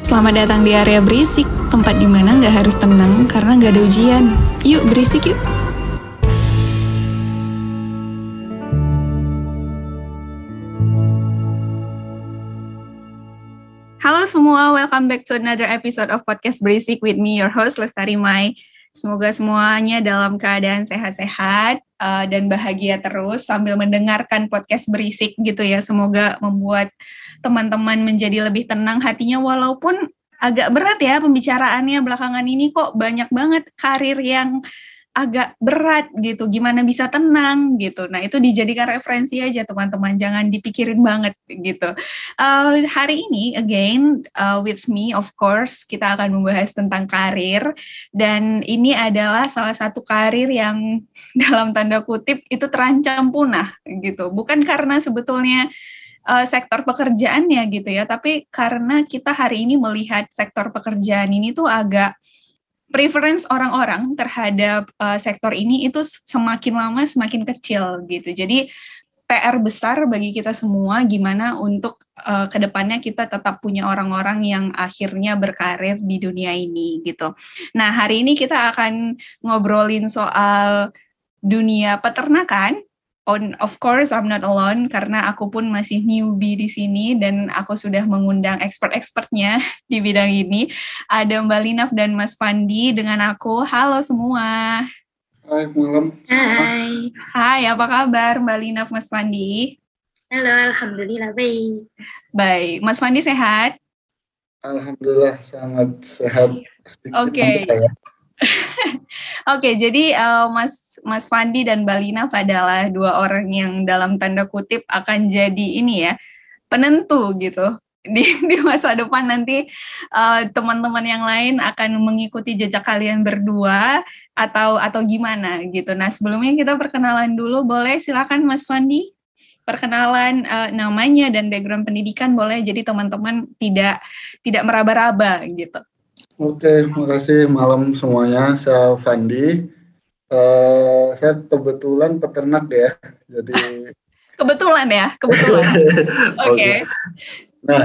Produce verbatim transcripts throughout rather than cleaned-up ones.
Selamat datang di area berisik, tempat di mana nggak harus tenang karena nggak ada ujian. Yuk berisik yuk. Halo semua, welcome back to another episode of Podcast Berisik with me, your host Lestari Mai. Semoga semuanya dalam keadaan sehat-sehat uh, dan bahagia terus sambil mendengarkan podcast berisik gitu ya. Semoga membuat teman-teman menjadi lebih tenang hatinya walaupun agak berat ya pembicaraannya belakangan ini, kok banyak banget karir yang agak berat gitu, gimana bisa tenang gitu. Nah itu dijadikan referensi aja teman-teman, jangan dipikirin banget gitu. Uh, hari ini again uh, with me of course kita akan membahas tentang karir, dan ini adalah salah satu karir yang dalam tanda kutip itu terancam punah gitu. Bukan karena sebetulnya uh, sektor pekerjaannya gitu ya, tapi karena kita hari ini melihat sektor pekerjaan ini tuh agak preference orang-orang terhadap uh, sektor ini itu semakin lama semakin kecil gitu. Jadi P R besar bagi kita semua gimana untuk uh, kedepannya kita tetap punya orang-orang yang akhirnya berkarir di dunia ini gitu. Nah hari ini kita akan ngobrolin soal dunia peternakan. On, of course, I'm not alone karena aku pun masih newbie di sini dan aku sudah mengundang expert-expertnya di bidang ini. Ada Mbak Linaf dan Mas Fandi dengan aku. Halo semua. Hai, malam. Hai. Hai, apa kabar Mbak Linaf, Mas Fandi? Halo, alhamdulillah baik. Baik, Mas Fandi sehat? Alhamdulillah sangat sehat. Oke. Okay. Ya. Oke, okay, jadi uh, Mas Mas Fandi dan Mbak Linaf adalah dua orang yang dalam tanda kutip akan jadi ini ya penentu gitu di, di masa depan nanti uh, teman-teman yang lain akan mengikuti jejak kalian berdua atau atau gimana gitu. Nah sebelumnya kita perkenalan dulu, boleh silakan Mas Fandi perkenalan uh, namanya dan background pendidikan boleh, jadi teman-teman tidak tidak meraba-raba gitu. Oke, makasih malam semuanya. Saya Fandi. Uh, saya kebetulan peternak ya, jadi kebetulan ya, kebetulan. Oke. Okay. Nah,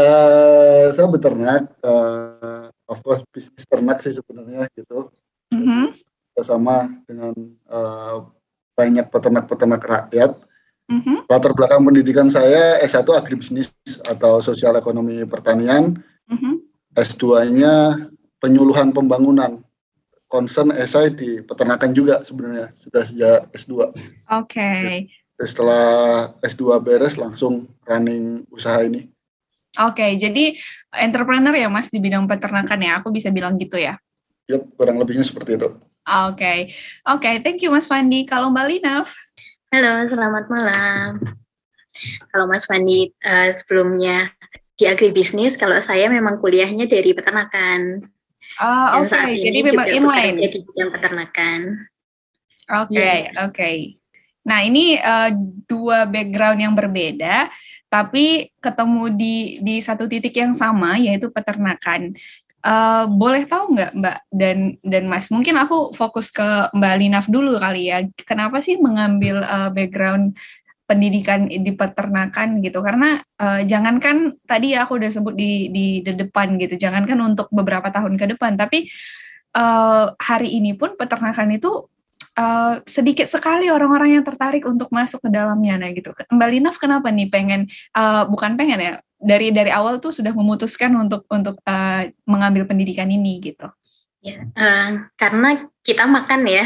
uh, saya beternak, uh, of course bisnis ternak sih sebenarnya gitu. Mm-hmm. Bersama dengan uh, banyak peternak-peternak rakyat. Mm-hmm. Latar belakang pendidikan saya S satu agribisnis atau sosial ekonomi pertanian. Mm-hmm. S dua-nya penyuluhan pembangunan, concern S I di peternakan juga sebenarnya, sudah sejak S dua. Oke. Okay. Setelah S dua beres langsung running usaha ini. Oke, okay, jadi entrepreneur ya Mas di bidang peternakan ya, aku bisa bilang gitu ya? Yep, kurang lebihnya seperti itu. Oke, okay. Oke, okay, thank you Mas Fandi. Kalau Mbak Linaf? Halo, selamat malam. Kalau Mas Fandi uh, sebelumnya di agribisnis, kalau saya memang kuliahnya dari peternakan. Oh, oke. Okay. Jadi memang inline. Jadi bidang peternakan. Oke, okay, yes. Oke. Okay. Nah, ini uh, dua background yang berbeda, tapi ketemu di di satu titik yang sama, yaitu peternakan. Uh, boleh tahu nggak Mbak dan dan Mas? Mungkin aku fokus ke Mbak Linaf dulu kali ya. Kenapa sih mengambil uh, background pendidikan di peternakan gitu, karena uh, jangankan tadi ya aku udah sebut di di, di depan gitu, jangankan untuk beberapa tahun ke depan, tapi uh, hari ini pun peternakan itu uh, sedikit sekali orang-orang yang tertarik untuk masuk ke dalamnya. Nah gitu, Mbak Linaf kenapa nih pengen uh, bukan pengen ya dari dari awal tuh sudah memutuskan untuk untuk uh, mengambil pendidikan ini gitu? Ya, uh, karena kita makan ya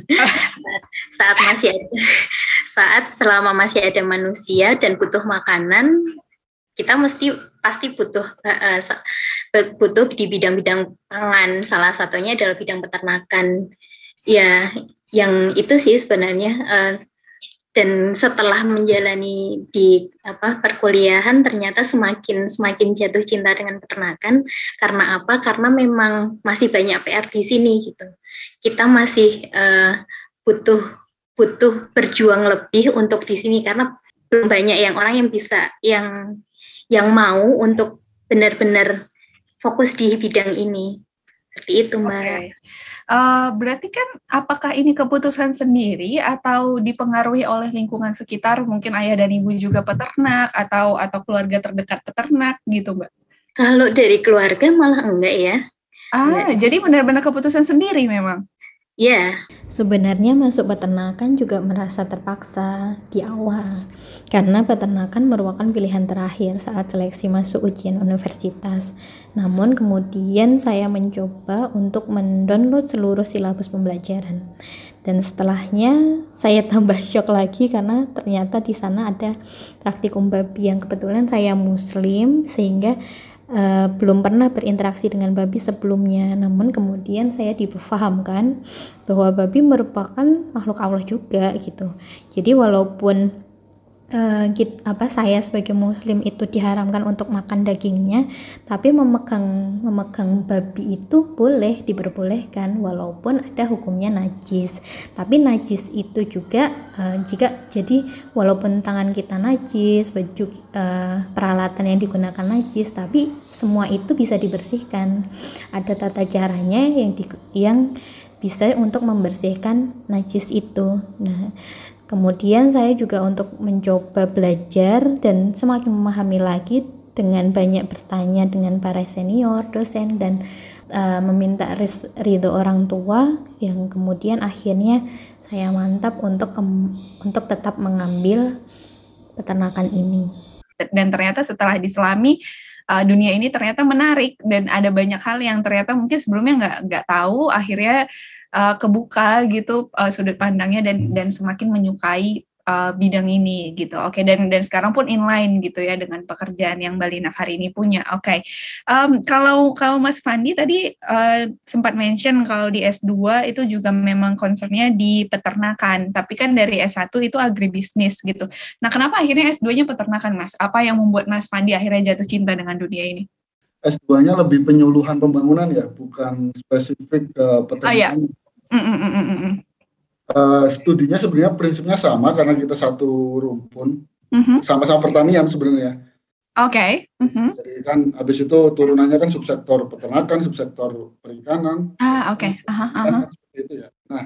saat masih ada, saat selama masih ada manusia dan butuh makanan, kita mesti pasti butuh uh, butuh di bidang-bidang pangan. Salah satunya adalah bidang peternakan. Ya, yang itu sih sebenarnya. Uh, dan setelah menjalani di apa perkuliahan ternyata semakin semakin jatuh cinta dengan peternakan. Karena apa? Karena memang masih banyak P R di sini gitu. Kita masih uh, butuh butuh berjuang lebih untuk di sini karena belum banyak yang orang yang bisa yang yang mau untuk benar-benar fokus di bidang ini. Seperti itu, Mbak. Okay. Uh, berarti kan apakah ini keputusan sendiri atau dipengaruhi oleh lingkungan sekitar, mungkin ayah dan ibu juga peternak atau atau keluarga terdekat peternak gitu, Mbak? Kalau dari keluarga malah enggak ya. Ah, enggak. Jadi benar-benar keputusan sendiri memang. Ya. Yeah. Sebenarnya masuk peternakan juga merasa terpaksa di awal, karena peternakan merupakan pilihan terakhir saat seleksi masuk ujian universitas. Namun kemudian saya mencoba untuk mendownload seluruh silabus pembelajaran. Dan setelahnya saya tambah syok lagi karena ternyata di sana ada praktikum babi yang kebetulan saya muslim sehingga Uh, belum pernah berinteraksi dengan babi sebelumnya. Namun kemudian saya dipahamkan bahwa babi merupakan makhluk Allah juga gitu. Jadi walaupun Uh, gitu, apa saya sebagai muslim itu diharamkan untuk makan dagingnya, tapi memegang memegang babi itu boleh, diperbolehkan walaupun ada hukumnya najis. Tapi najis itu juga uh, jika jadi walaupun tangan kita najis, baju uh, peralatan yang digunakan najis, tapi semua itu bisa dibersihkan. Ada tata caranya yang di, yang bisa untuk membersihkan najis itu. Nah, kemudian saya juga untuk mencoba belajar dan semakin memahami lagi dengan banyak bertanya dengan para senior, dosen, dan uh, meminta ridho orang tua, yang kemudian akhirnya saya mantap untuk ke- untuk tetap mengambil peternakan ini. Dan ternyata setelah diselami, uh, dunia ini ternyata menarik dan ada banyak hal yang ternyata mungkin sebelumnya nggak nggak tahu, akhirnya Uh, kebuka gitu uh, sudut pandangnya dan dan semakin menyukai uh, bidang ini gitu. Oke, okay, dan dan sekarang pun inline gitu ya dengan pekerjaan yang Mbak Lina hari ini punya. Oke, okay. um, kalau kalau Mas Fandi tadi uh, sempat mention kalau di S dua itu juga memang concernnya di peternakan, tapi kan dari S satu itu agribisnis gitu. Nah, kenapa akhirnya S dua-nya peternakan, Mas? Apa yang membuat Mas Fandi akhirnya jatuh cinta dengan dunia ini? S dua-nya lebih penyuluhan pembangunan ya, bukan spesifik ke uh, peternakan. Oh, iya. Mm, mm, mm, mm. Uh, studinya sebenarnya prinsipnya sama karena kita satu rumpun, mm-hmm. sama-sama pertanian sebenarnya. Oke. Okay. Mm-hmm. Jadi kan habis itu turunannya kan subsektor peternakan, subsektor perikanan. Ah, oke. Okay. Uh-huh, uh-huh. Seperti itu ya. Nah,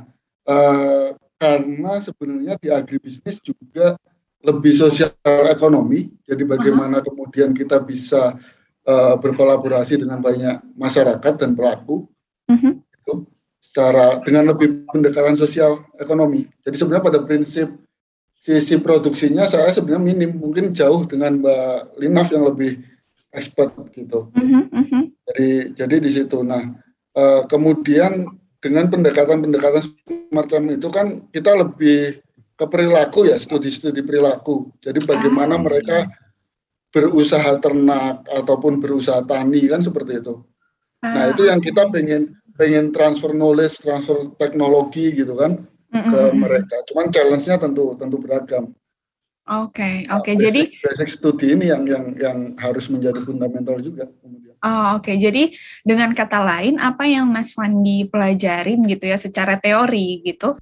uh, karena sebenarnya di agribisnis juga lebih sosial ekonomi, jadi bagaimana uh-huh. kemudian kita bisa Uh, berkolaborasi dengan banyak masyarakat dan pelaku, mm-hmm. itu, secara dengan lebih pendekatan sosial ekonomi. Jadi sebenarnya pada prinsip sisi produksinya saya sebenarnya minim, mungkin jauh dengan Mbak Linaf yang lebih expert gitu. Mm-hmm. Jadi jadi di situ. Nah uh, kemudian dengan pendekatan-pendekatan semacam itu kan kita lebih ke perilaku ya, studi-studi perilaku. Jadi bagaimana ah, mereka iya. berusaha ternak ataupun berusaha tani kan seperti itu. Ah. Nah itu yang kita pengen pengen transfer knowledge, transfer teknologi gitu kan mm-hmm. ke mereka. Cuman challenge-nya tentu tentu beragam. Oke okay, oke okay. Nah, jadi basic studi ini yang yang yang harus menjadi fundamental juga kemudian. Oh oke okay. Jadi dengan kata lain apa yang Mas Fandi pelajarin gitu ya secara teori gitu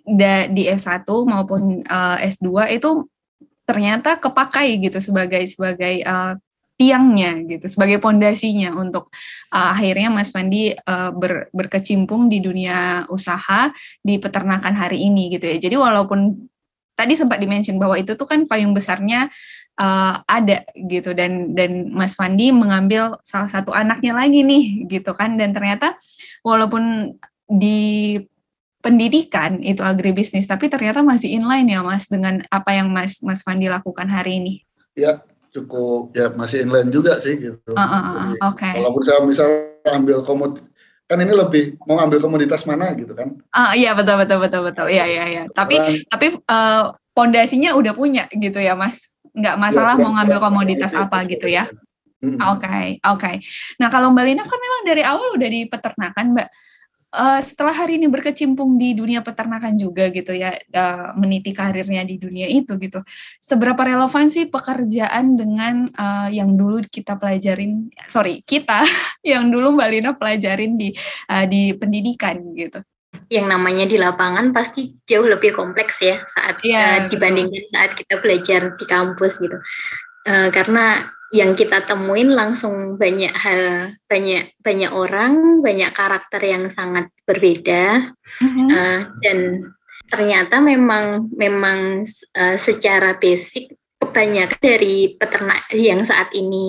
di S satu maupun uh, S dua itu ternyata kepakai gitu sebagai sebagai uh, tiangnya gitu, sebagai pondasinya untuk uh, akhirnya Mas Fandi uh, ber, berkecimpung di dunia usaha di peternakan hari ini gitu ya. Jadi walaupun tadi sempat dimention bahwa itu tuh kan payung besarnya uh, ada gitu dan dan Mas Fandi mengambil salah satu anaknya lagi nih gitu kan, dan ternyata walaupun di pendidikan itu agribisnis, tapi ternyata masih inline ya Mas dengan apa yang Mas Mas Fandi lakukan hari ini. Ya cukup ya masih inline juga sih gitu. Uh, uh, uh, Oke. Okay. Walaupun saya misal ambil komoditas, kan ini lebih mau ambil komoditas mana gitu kan? Ah uh, iya betul betul betul betul iya iya iya. Tapi kan, tapi uh, pondasinya udah punya gitu ya Mas. Nggak masalah ya, mau ngambil komoditas ya, apa ya, gitu ya. Oke hmm. oke. Okay, okay. Nah kalau Mbak Lina kan memang dari awal udah di peternakan Mbak. Uh, setelah hari ini berkecimpung di dunia peternakan juga gitu ya, uh, meniti karirnya di dunia itu gitu. Seberapa relevan sih pekerjaan dengan uh, yang dulu kita pelajarin, sorry kita yang dulu Mbak Lina pelajarin di uh, di pendidikan gitu? Yang namanya di lapangan pasti jauh lebih kompleks ya saat ya, uh, dibandingkan saat kita belajar di kampus gitu. Uh, karena yang kita temuin langsung banyak hal, banyak banyak orang, banyak karakter yang sangat berbeda, mm-hmm. uh, dan ternyata memang memang uh, secara basic kebanyakan dari peternak yang saat ini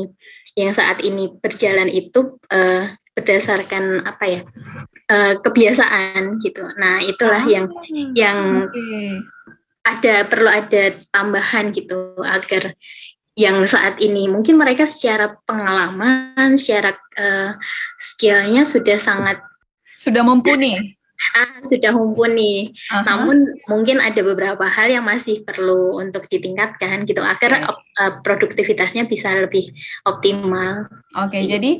yang saat ini berjalan itu uh, berdasarkan apa ya uh, kebiasaan gitu. Nah itulah yang yang okay. ada perlu ada tambahan gitu agar yang saat ini mungkin mereka secara pengalaman, secara uh, skillnya sudah sangat sudah mumpuni. Ah, sudah mumpuni. Uh-huh. Namun mungkin ada beberapa hal yang masih perlu untuk ditingkatkan gitu agar okay. uh, produktivitasnya bisa lebih optimal. Oke, okay, jadi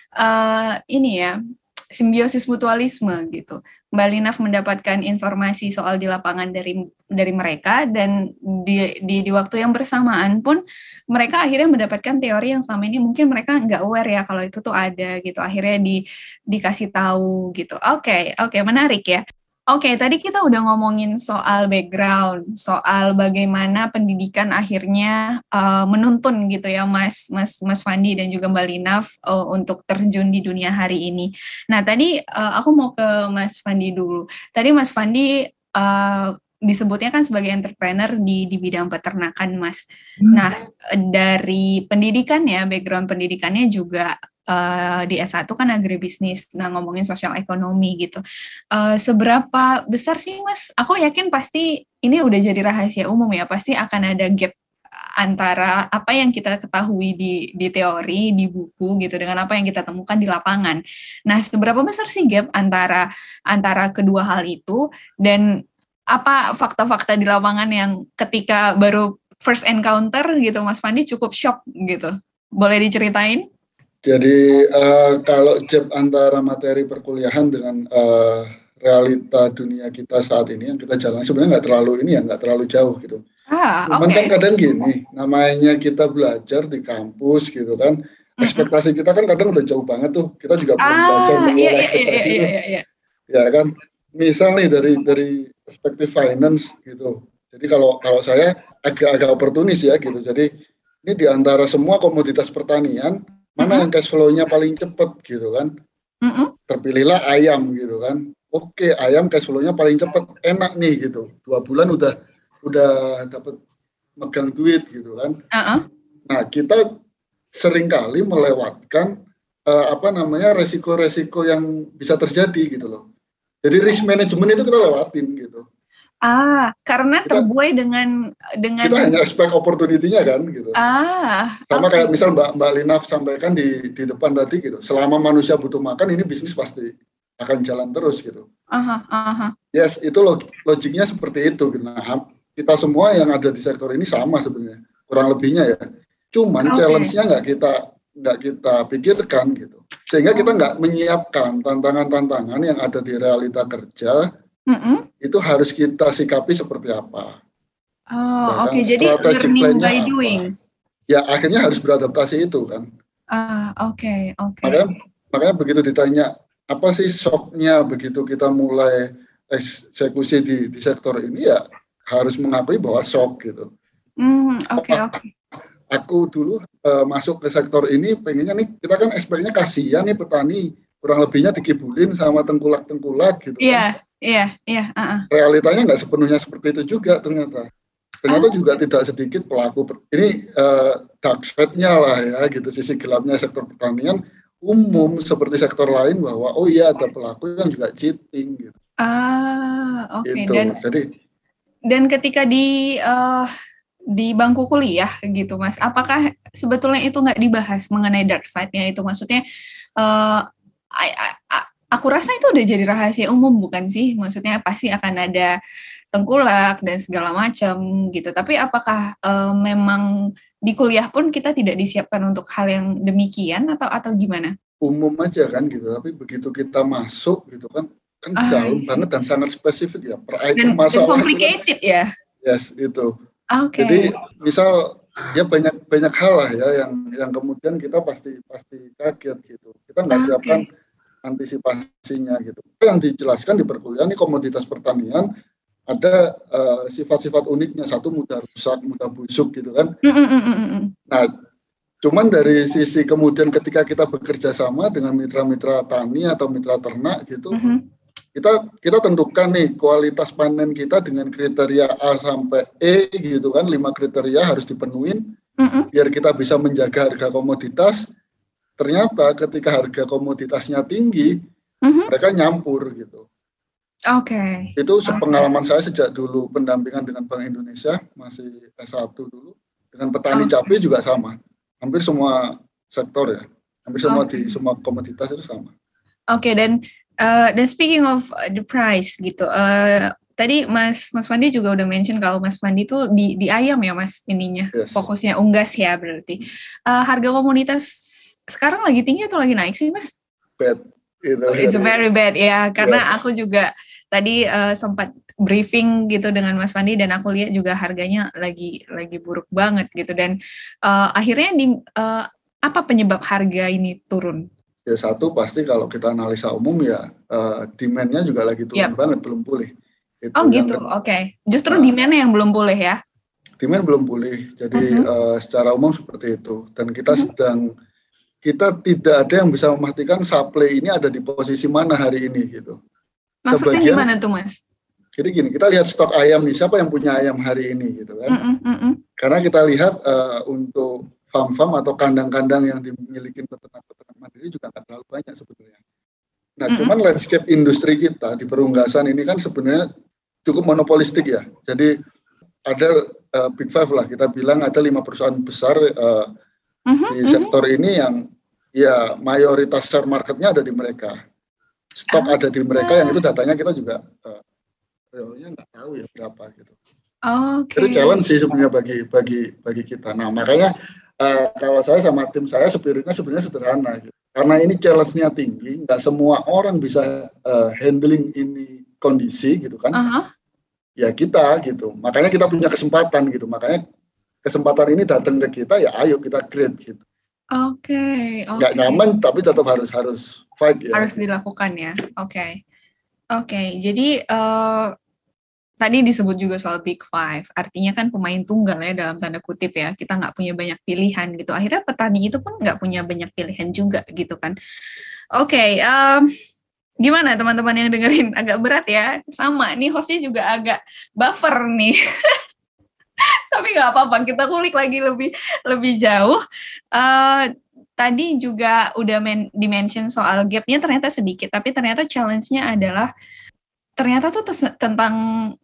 uh, ini ya simbiosis mutualisme gitu. Mbak Linaf mendapatkan informasi soal di lapangan dari dari mereka dan di, di di waktu yang bersamaan pun mereka akhirnya mendapatkan teori yang selama ini mungkin mereka nggak aware ya kalau itu tuh ada gitu. Akhirnya di dikasih tahu gitu. Oke, okay, oke, okay, menarik ya. Oke, okay, tadi kita udah ngomongin soal background, soal bagaimana pendidikan akhirnya uh, menuntun gitu ya, Mas, Mas, Mas Fandi dan juga Mbak Linaf uh, untuk terjun di dunia hari ini. Nah, tadi uh, aku mau ke Mas Fandi dulu. Tadi Mas Fandi uh, disebutnya kan sebagai entrepreneur di di bidang peternakan, Mas. Hmm. Nah, dari pendidikannya, background pendidikannya juga Uh, di S satu kan agribisnis, nah ngomongin sosial ekonomi gitu. Uh, seberapa besar sih Mas? Aku yakin pasti ini udah jadi rahasia umum ya, pasti akan ada gap antara apa yang kita ketahui di, di teori, di buku gitu, dengan apa yang kita temukan di lapangan. Nah, seberapa besar sih gap antara antara kedua hal itu, dan apa fakta-fakta di lapangan yang ketika baru first encounter gitu, Mas Fandi cukup shock gitu. Boleh diceritain? Jadi uh, kalau gap antara materi perkuliahan dengan uh, realita dunia kita saat ini yang kita jalani sebenarnya nggak terlalu ini ya nggak terlalu jauh gitu. Ah, Cuman okay. kan kadang gini, namanya kita belajar di kampus gitu kan, mm-hmm. ekspektasi kita kan kadang udah jauh banget tuh. Kita juga belum ah, belajar mengelola iya, ekspektasi iya, itu, iya, iya. ya kan. Misal nih dari dari perspektif finance gitu. Jadi kalau kalau saya agak-agak oportunis ya gitu. Jadi ini di antara semua komoditas pertanian, mana mm-hmm. yang cash flow-nya paling cepat gitu kan. Mm-hmm. Terpilihlah ayam gitu kan. Oke, ayam cash flow-nya paling cepat, enak nih gitu. Dua bulan udah udah dapat megang duit gitu kan. Uh-uh. Nah, kita seringkali melewatkan uh, apa namanya resiko-resiko yang bisa terjadi gitu loh. Jadi risk management itu kita lewatin gitu. Ah, karena kita, terbuai dengan dengan kita hanya expect opportunity-nya kan gitu. Ah, sama okay. kayak misal Mbak Mbak Linaf sampaikan di di depan tadi gitu. Selama manusia butuh makan, ini bisnis pasti akan jalan terus gitu. Aha, aha. Yes, itu log, logiknya seperti itu. Nah, kita semua yang ada di sektor ini sama sebenarnya, kurang lebihnya ya. Cuman okay. challenge-nya nggak kita nggak kita pikirkan gitu. Sehingga kita nggak menyiapkan tantangan-tantangan yang ada di realita kerja. Mm-hmm. Itu harus kita sikapi seperti apa. Oh, oke. Okay. Jadi learning by apa. doing. Ya, akhirnya harus beradaptasi itu kan. Ah, oke, okay, oke. Okay. Makanya, makanya begitu ditanya apa sih shock-nya begitu kita mulai eksekusi di, di sektor ini, ya harus mengakui bahwa shock gitu. Mm, oke, okay, oke. Okay. Aku dulu uh, masuk ke sektor ini pengennya nih, kita kan expect-nya kasihan nih petani, kurang lebihnya dikibulin sama tengkulak-tengkulak gitu. Iya, kan. iya, iya. Uh-uh. Realitanya nggak sepenuhnya seperti itu juga ternyata. Ternyata uh. juga tidak sedikit pelaku, ini uh, dark side-nya lah ya gitu, sisi gelapnya sektor pertanian umum seperti sektor lain, bahwa oh iya ada pelaku yang juga cheating gitu. Ah, oke. Okay. Gitu. Dan, Jadi, dan ketika di... Uh... di bangku kuliah gitu Mas, apakah sebetulnya itu nggak dibahas mengenai dark side-nya itu? Maksudnya uh, I, I, I, aku rasa itu udah jadi rahasia umum bukan sih? Maksudnya pasti akan ada tengkulak dan segala macam gitu, tapi apakah uh, memang di kuliah pun kita tidak disiapkan untuk hal yang demikian atau atau gimana? Umum aja kan gitu, tapi begitu kita masuk gitu kan kan ah, dalam banget dan sangat spesifik ya per item masalah. Complicated kan, ya? Yes, itu. Okay. Jadi misal ya banyak banyak hal lah ya yang yang kemudian kita pasti pasti kaget gitu. Kita nggak okay. siapkan antisipasinya gitu. Yang dijelaskan di perkuliahan ini komoditas pertanian ada uh, sifat-sifat uniknya. Satu mudah rusak, mudah busuk gitu kan. Mm-mm. Nah, cuman dari sisi kemudian ketika kita bekerja sama dengan mitra-mitra tani atau mitra ternak gitu. Mm-hmm. Kita kita tentukan nih kualitas panen kita dengan kriteria A sampai E gitu kan, lima kriteria harus dipenuhin mm-hmm. biar kita bisa menjaga harga komoditas ternyata ketika harga komoditasnya tinggi, mm-hmm. mereka nyampur gitu. Oke. Okay. Itu sepengalaman okay. saya sejak dulu pendampingan dengan Bank Indonesia, masih S satu dulu, dengan petani okay. cabai juga sama. Hampir semua sektor ya, hampir semua okay. di semua komoditas itu sama. Oke, okay, dan uh, dan speaking of the price gitu, uh, tadi Mas Mas Fandi juga udah mention kalau Mas Fandi itu di di ayam ya Mas ininya, yes. fokusnya unggas ya berarti. Uh, harga komoditas sekarang lagi tinggi atau lagi naik sih Mas? Bad. Oh, it's very bad ya, karena yes. aku juga tadi uh, sempat briefing gitu dengan Mas Fandi dan aku lihat juga harganya lagi lagi buruk banget gitu, dan uh, akhirnya di uh, apa penyebab harga ini turun? Ya satu pasti kalau kita analisa umum ya uh, demand-nya juga lagi turun yep. banget, belum pulih. Itu oh gitu, oke. Okay. Justru nah, demand-nya yang belum pulih ya? Demand belum pulih, jadi uh-huh. uh, secara umum seperti itu. Dan kita uh-huh. sedang, kita tidak ada yang bisa memastikan supply ini ada di posisi mana hari ini gitu. Maksudnya Sebagian, gimana tuh Mas? Jadi gini, kita lihat stok ayam nih, siapa yang punya ayam hari ini gitu kan. Uh-uh, uh-uh. Karena kita lihat uh, untuk farm-farm atau kandang-kandang yang dimiliki peternak-peternak mandiri juga nggak terlalu banyak sebetulnya. Nah uh-uh. cuman landscape industri kita di perunggasan ini kan sebenarnya cukup monopolistik ya. Jadi ada uh, big five lah, kita bilang ada lima perusahaan besar uh, uh-huh, di sektor uh-huh. ini yang ya mayoritas share marketnya ada di mereka. Stok uh-huh. ada di mereka, yang itu datanya kita juga uh, realnya nggak tahu ya berapa gitu. Oh, okay. Jadi challenge sih sebenarnya bagi bagi bagi kita. Nah makanya uh, kalau saya sama tim saya spiritnya sebenarnya sederhana gitu. Karena ini challenge-nya tinggi, nggak semua orang bisa uh, handling ini kondisi gitu kan. Uh-huh. Ya kita gitu, makanya kita punya kesempatan gitu, makanya kesempatan ini datang ke kita, ya ayo kita create gitu. Oke, okay, okay. Nggak nyaman tapi tetap harus harus fight ya. Harus dilakukan ya. Oke, okay. oke. Okay, jadi uh, tadi disebut juga soal big five, artinya kan pemain tunggal ya dalam tanda kutip ya. Kita nggak punya banyak pilihan gitu. Akhirnya petani itu pun nggak punya banyak pilihan juga gitu kan. Oke. Okay, um, Gimana teman-teman yang dengerin? Agak berat ya, sama nih hostnya juga agak buffer nih. Tapi nggak apa-apa, kita kulik lagi lebih lebih jauh. Uh, tadi juga udah men- dimention soal gapnya ternyata sedikit, tapi ternyata challenge-nya adalah ternyata tuh tes- tentang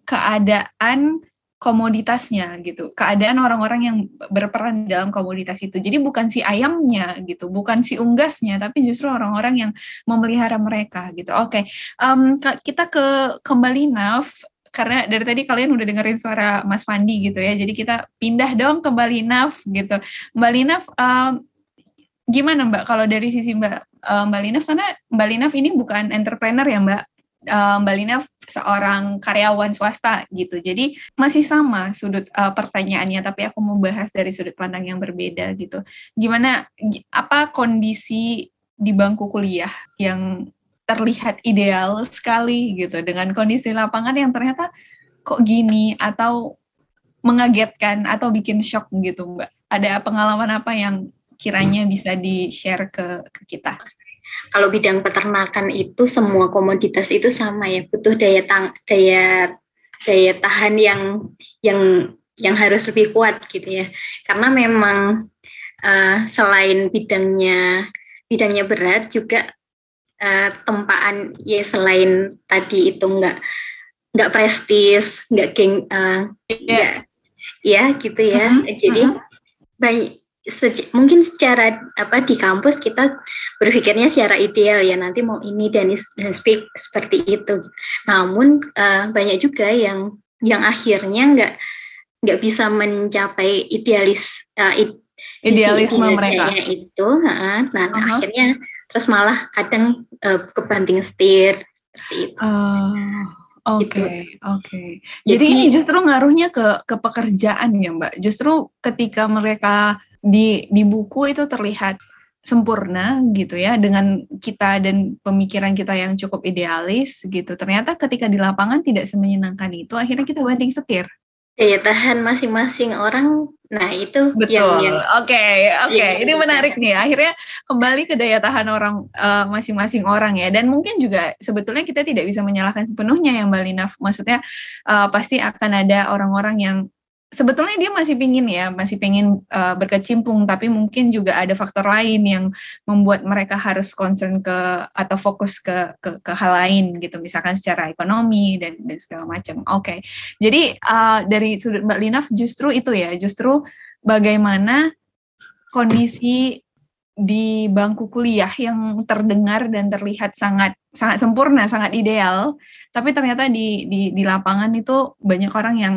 keadaan komoditasnya gitu, keadaan orang-orang yang berperan dalam komoditas itu. Jadi bukan si ayamnya gitu, bukan si unggasnya, tapi justru orang-orang yang memelihara mereka gitu. Oke, okay. um, kita ke kembali Naf, karena dari tadi kalian udah dengerin suara Mas Fandi gitu ya. Jadi kita pindah dong kembali Naf gitu. Mbak Linaf, um, gimana Mbak kalau dari sisi Mbak um, Mbak Linaf, karena Mbak Linaf ini bukan entrepreneur ya Mbak. Uh, Mbak Lina seorang karyawan swasta gitu, jadi masih sama sudut uh, pertanyaannya, tapi aku mau bahas dari sudut pandang yang berbeda gitu. Gimana, apa kondisi di bangku kuliah yang terlihat ideal sekali gitu, dengan kondisi lapangan yang ternyata kok gini, atau mengagetkan, atau bikin shock gitu Mbak? Ada pengalaman apa yang kiranya bisa di-share ke, ke kita? Kalau bidang peternakan itu semua komoditas itu sama ya, butuh daya tang daya daya tahan yang yang yang harus lebih kuat gitu ya. Karena memang uh, selain bidangnya bidangnya berat juga uh, tempaan ya, selain tadi itu enggak enggak prestis, enggak geng uh, enggak ya gitu ya. Uh-huh. Jadi uh-huh. banyak Sej- mungkin secara apa di kampus kita berpikirnya secara ideal ya, nanti mau ini dan, dan speak seperti itu. Namun uh, banyak juga yang yang akhirnya nggak nggak bisa mencapai idealis uh, id, idealisme mereka itu. Uh, nah uh-huh. akhirnya terus malah kadang uh, kebanting setir seperti itu. Uh. Oke, okay, oke. Okay. Jadi, Jadi ini justru ngaruhnya ke ke pekerjaan ya Mbak. Justru ketika mereka di di buku itu terlihat sempurna gitu ya, dengan kita dan pemikiran kita yang cukup idealis gitu. Ternyata ketika di lapangan tidak semenyenangkan itu, akhirnya kita banting setir. Daya tahan masing-masing orang, nah itu betul. yang Oke, oke. Okay. Ini menarik nih. Akhirnya kembali ke daya tahan orang uh, masing-masing orang ya. Dan mungkin juga sebetulnya kita tidak bisa menyalahkan sepenuhnya ya Mbak Linaf. Maksudnya uh, pasti akan ada orang-orang yang sebetulnya dia masih pingin ya, masih pingin uh, berkecimpung, tapi mungkin juga ada faktor lain yang membuat mereka harus concern ke atau fokus ke ke, ke hal lain gitu, misalkan secara ekonomi dan dan segala macam. Oke, okay. Jadi uh, dari sudut Mbak Linaf justru itu ya, justru bagaimana kondisi di bangku kuliah yang terdengar dan terlihat sangat sangat sempurna, sangat ideal, tapi ternyata di di di lapangan itu banyak orang yang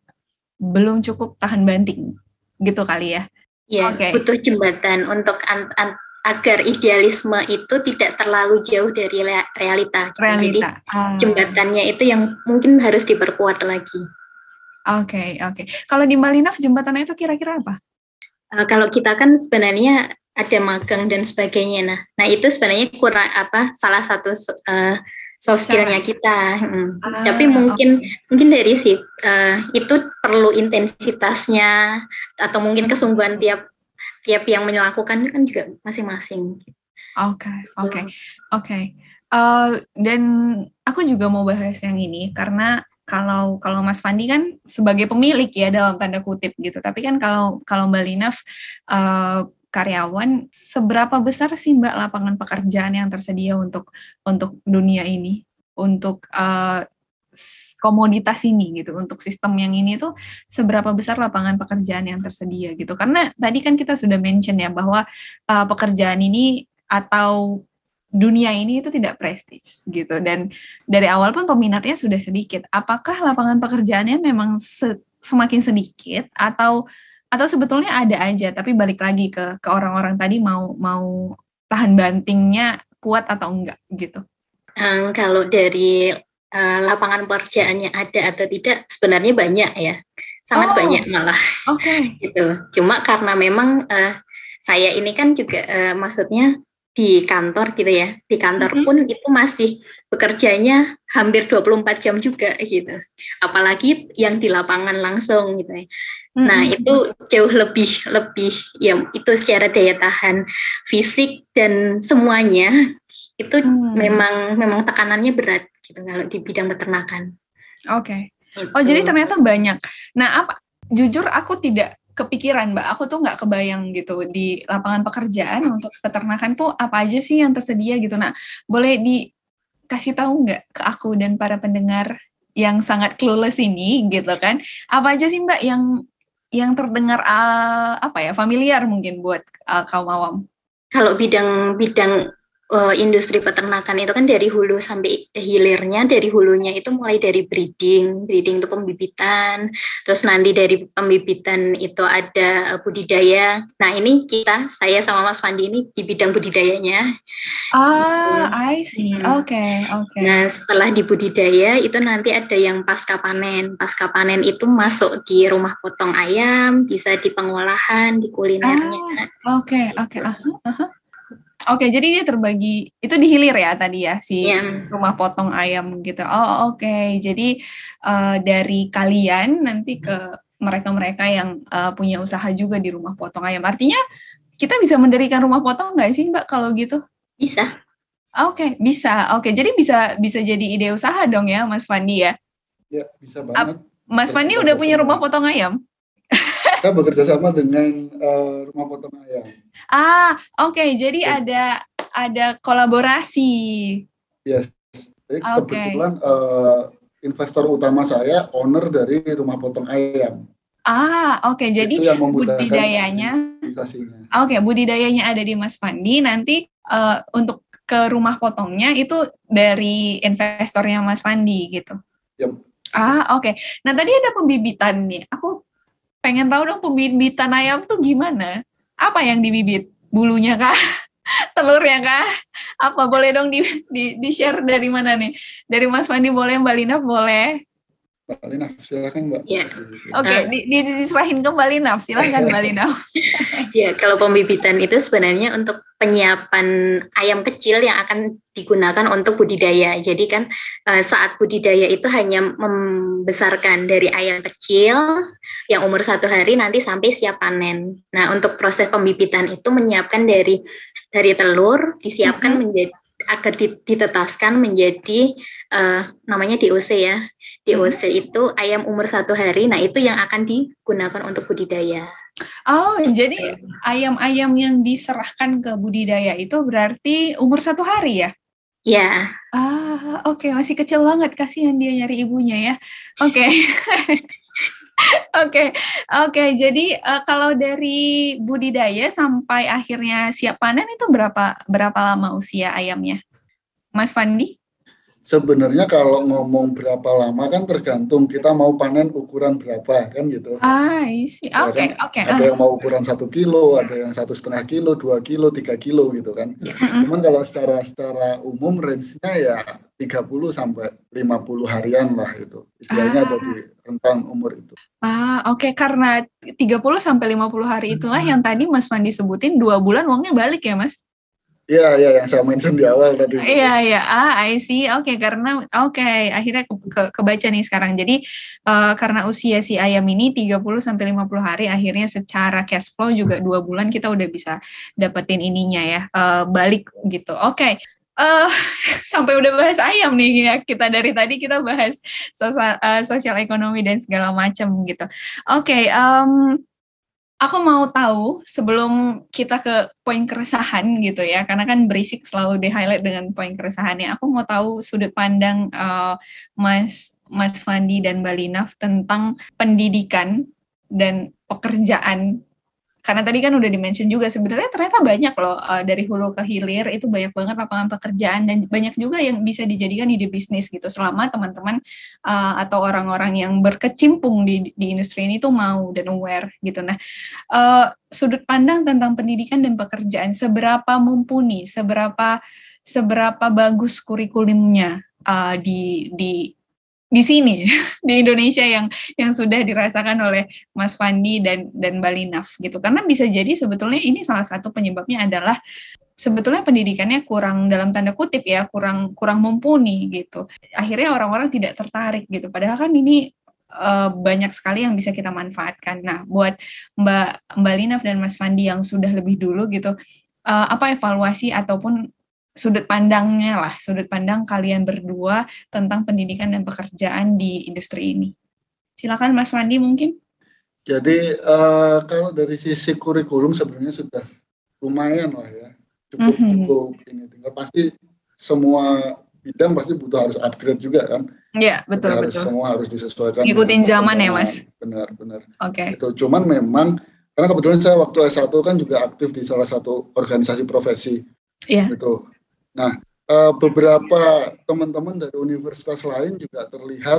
belum cukup tahan banting, gitu kali ya? Ya, okay. Butuh jembatan untuk an, an, agar idealisme itu tidak terlalu jauh dari realita. Realita. Jadi ah. jembatannya itu yang mungkin harus diperkuat lagi. Oke, okay, oke. Okay. Kalau di Mbak Linaf jembatannya itu kira-kira apa? Uh, kalau kita kan sebenarnya ada magang dan sebagainya. Nah, nah itu sebenarnya kurang apa? Salah satu uh, soft skill-nya kita, hmm. ah, tapi mungkin okay. mungkin dari sih uh, itu perlu intensitasnya atau mungkin kesungguhan tiap tiap yang melakukan kan juga masing-masing. Oke, okay, oke, okay, oke. Okay. Uh, dan aku juga mau bahas yang ini karena kalau kalau Mas Fandi kan sebagai pemilik ya dalam tanda kutip gitu, tapi kan kalau kalau Mbak Linaf uh, karyawan, seberapa besar sih Mbak lapangan pekerjaan yang tersedia untuk untuk dunia ini, untuk uh, komoditas ini gitu, untuk sistem yang ini tuh seberapa besar lapangan pekerjaan yang tersedia gitu? Karena tadi kan kita sudah mention ya bahwa uh, pekerjaan ini atau dunia ini itu tidak prestis gitu, dan dari awal pun peminatnya sudah sedikit. Apakah lapangan pekerjaannya memang se- semakin sedikit atau atau sebetulnya ada aja, tapi balik lagi ke ke orang-orang tadi mau mau tahan bantingnya kuat atau enggak gitu. Um, kalau dari uh, lapangan pekerjaannya ada atau tidak sebenarnya banyak ya, sangat oh, banyak malah. Oke. Okay. Gitu. Cuma karena memang uh, saya ini kan juga uh, maksudnya di kantor gitu ya, di kantor mm-hmm. pun itu masih bekerjanya hampir dua puluh empat jam juga gitu. Apalagi yang di lapangan langsung gitu ya. Mm-hmm. Nah, itu jauh lebih lebih ya itu secara daya tahan fisik dan semuanya itu mm. memang memang tekanannya berat gitu kalau di bidang peternakan. Oke. Okay. Oh, jadi ternyata banyak. Nah, apa jujur aku tidak kepikiran, Mbak. Aku tuh nggak kebayang gitu di lapangan pekerjaan untuk peternakan tuh apa aja sih yang tersedia gitu. Nah, boleh dikasih tahu nggak ke aku dan para pendengar yang sangat clueless ini gitu kan? Apa aja sih Mbak yang yang terdengar uh, apa ya familiar mungkin buat uh, kaum awam? Kalau bidang-bidang Uh, industri peternakan itu kan dari hulu sampai hilirnya, dari hulunya itu mulai dari breeding, breeding itu pembibitan, terus nanti dari pembibitan itu ada uh, budidaya. Nah ini kita, saya sama Mas Fandi ini di bidang budidayanya. Ah, I see. Oke, hmm. oke. Okay, okay. Nah setelah di budidaya itu nanti ada yang pasca panen. Pasca panen itu masuk di rumah potong ayam, bisa di pengolahan, di kulinernya. Ah, oke, okay, oke. Okay. Uh-huh, uh-huh. Oke, jadi dia terbagi, itu di hilir ya tadi ya, si yeah. rumah potong ayam gitu. Oh oke, okay. Jadi uh, dari kalian nanti ke mereka-mereka yang uh, punya usaha juga di rumah potong ayam. Artinya kita bisa mendirikan rumah potong nggak sih Mbak kalau gitu? Bisa. Oke, okay, bisa. Oke, okay. Jadi bisa bisa jadi ide usaha dong ya Mas Fandi ya? Ya, bisa banget. Mas Fandi udah punya rumah potong ayam? Kita bekerja sama dengan uh, rumah potong ayam. Ah, oke. Okay. Jadi ya. ada ada kolaborasi. Yes. Jadi okay. kebetulan uh, investor utama saya owner dari rumah potong ayam. Ah, oke. Okay. Jadi budidayanya. Oke, okay, budidayanya ada di Mas Fandi. Nanti uh, untuk ke rumah potongnya itu dari investornya Mas Fandi gitu. Yep. Ah, oke. Okay. Nah tadi ada pembibitan nih. Aku pengen tahu dong pembibitan ayam tuh gimana? Apa yang dibibit? Bulunya kah? Telurnya kah? Apa boleh dong di, di, di share dari mana nih? Dari Mas Fandi boleh, Mbak Linaf boleh? Mbak Linaf, silakan Mbak. Ya. Oke, okay, di, di, diserahin ke Mbak Linaf, silakan Mbak Linaf. Ya, kalau pembibitan itu sebenarnya untuk penyiapan ayam kecil yang akan digunakan untuk budidaya. Jadi kan saat budidaya itu hanya membesarkan dari ayam kecil yang umur satu hari nanti sampai siap panen. Nah, untuk proses pembibitan itu menyiapkan dari dari telur disiapkan mm-hmm. menjadi agar ditetaskan menjadi uh, namanya D O C ya. D O C itu ayam umur satu hari. Nah itu yang akan digunakan untuk budidaya. Oh, jadi ayam-ayam yang diserahkan ke budidaya itu berarti umur satu hari ya? Ya. Ah, oke, okay. Masih kecil banget, kasihan dia nyari ibunya ya. Oke. Okay. Oke, okay. oke. Okay. Jadi uh, kalau dari budidaya sampai akhirnya siap panen itu berapa berapa lama usia ayamnya, Mas Fandi? Sebenarnya kalau ngomong berapa lama kan tergantung kita mau panen ukuran berapa kan gitu. Ah, isi. Oke, oke. Ada yang mau ukuran satu kilo, ada yang satu setengah kilo, dua kilo, tiga kilo gitu kan. Mm-hmm. Cuman kalau secara secara umum range-nya ya tiga puluh sampai lima puluh harian lah itu. Idealnya ah. ada di rentang umur itu. Ah, oke. Okay. Karena tiga puluh sampai lima puluh hari itulah hmm. yang tadi Mas Fandi sebutin dua bulan uangnya balik ya, Mas? Iya, iya yang saya mention di awal tadi. Iya, iya. Ah, I see. Oke, okay, karena oke, okay, akhirnya ke, ke, kebaca nih sekarang. Jadi uh, karena usia si ayam ini tiga puluh sampai lima puluh hari, akhirnya secara cash flow juga dua bulan kita udah bisa dapetin ininya ya, uh, balik gitu. Oke. Okay. Uh, sampai udah bahas ayam nih ya, kita dari tadi kita bahas sosial, uh, sosial ekonomi dan segala macam gitu. Oke, okay, um, aku mau tahu sebelum kita ke poin keresahan gitu ya, karena kan berisik selalu di-highlight dengan poin keresahannya. Aku mau tahu sudut pandang uh, Mas Mas Fandi dan Mbak Linaf tentang pendidikan dan pekerjaan. Karena tadi kan udah di-mention juga sebenarnya ternyata banyak loh uh, dari hulu ke hilir itu banyak banget lapangan pekerjaan dan banyak juga yang bisa dijadikan ide bisnis gitu selama teman-teman uh, atau orang-orang yang berkecimpung di, di industri ini tuh mau dan aware gitu. Nah, uh, sudut pandang tentang pendidikan dan pekerjaan seberapa mumpuni, seberapa seberapa bagus kurikulumnya uh, di di di sini di Indonesia yang yang sudah dirasakan oleh Mas Fandi dan dan Mbak Linaf gitu, karena bisa jadi sebetulnya ini salah satu penyebabnya adalah sebetulnya pendidikannya kurang dalam tanda kutip ya kurang kurang mumpuni gitu, akhirnya orang-orang tidak tertarik gitu, padahal kan ini uh, banyak sekali yang bisa kita manfaatkan. Nah buat Mbak Mbak Linaf dan Mas Fandi yang sudah lebih dulu gitu, uh, apa evaluasi ataupun sudut pandangnya lah, sudut pandang kalian berdua tentang pendidikan dan pekerjaan di industri ini. Silakan Mas Fandi mungkin. Jadi uh, kalau dari sisi kurikulum sebenarnya sudah lumayan lah ya, cukup mm-hmm. cukup ini tinggal pasti semua bidang pasti butuh harus upgrade juga kan. Iya betul harus, betul. Semua harus disesuaikan. Ngikutin zaman ya Mas. Benar benar. Oke. Okay. Itu cuman memang karena kebetulan saya waktu S satu kan juga aktif di salah satu organisasi profesi. Iya. Yeah. Gitu. Nah, beberapa teman-teman dari universitas lain juga terlihat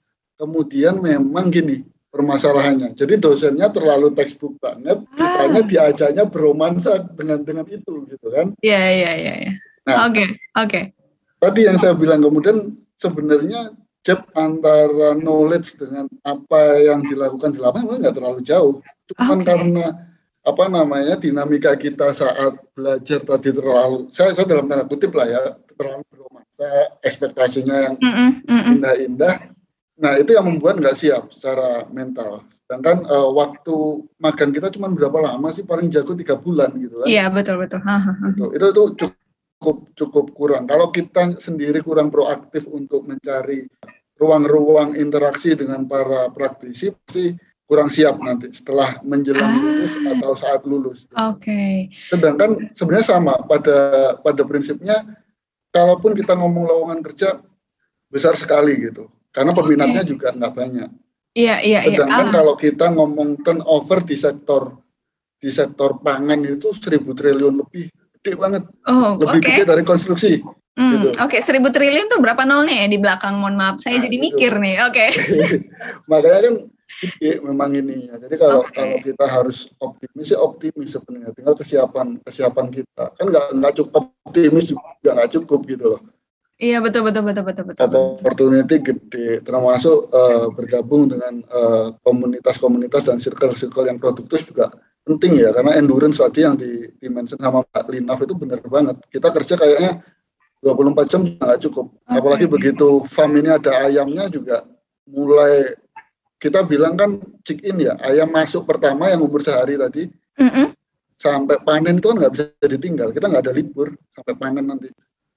kemudian memang gini permasalahannya. Jadi dosennya terlalu textbook banget, ah. kitanya diajarnya beromansa dengan dengan itu gitu kan. Iya, iya, iya. Nah, oke, oke. Tadi yang saya bilang kemudian sebenarnya gap antara knowledge dengan apa yang dilakukan di lapangan nggak terlalu jauh. Cuman okay. karena apa namanya dinamika kita saat belajar tadi terlalu saya, saya dalam tanda kutip lah ya terlalu berromansa, ekspektasinya yang mm-mm, mm-mm. indah-indah. Nah itu yang membuat nggak siap secara mental. Sedangkan uh, waktu magang kita cuma berapa lama sih, paling jago tiga bulan gitu kan? Iya betul betul. Itu itu, itu cukup cukup kurang. Kalau kita sendiri kurang proaktif untuk mencari ruang-ruang interaksi dengan para praktisi pasti kurang siap nanti setelah menjelang ah. lulus atau saat lulus. Oke. Okay. Sedangkan sebenarnya sama pada pada prinsipnya, kalaupun kita ngomong lowongan kerja besar sekali gitu, karena peminatnya okay. juga nggak banyak. Iya iya iya. Sedangkan Ah. kalau kita ngomong turnover di sektor di sektor pangan itu seribu triliun lebih, gede banget, oh, lebih okay. gede dari konstruksi. Hmm, gitu. Oke, okay. seribu triliun tuh berapa nolnya ya di belakang? Mohon maaf, saya nah, jadi gitu. mikir nih. Oke. Okay. Makanya kan gede memang ini ya. Jadi kalau okay. kalau kita harus optimis, ya optimis sebenarnya. Tinggal kesiapan kesiapan kita. Kan nggak nggak cukup optimis juga nggak cukup gitu loh. Iya betul betul betul betul betul. Opportunity gede, termasuk uh, bergabung dengan uh, komunitas-komunitas dan circle-circle yang produktif juga penting ya. Karena endurance tadi yang di di-mention sama Mbak Linaf itu benar banget. Kita kerja kayaknya dua puluh empat jam juga nggak cukup. Okay. Apalagi begitu farm ini ada ayamnya juga mulai. Kita bilang kan check in ya, ayam masuk pertama yang umur sehari tadi, mm-hmm. sampai panen itu kan nggak bisa ditinggal, kita nggak ada libur sampai panen nanti.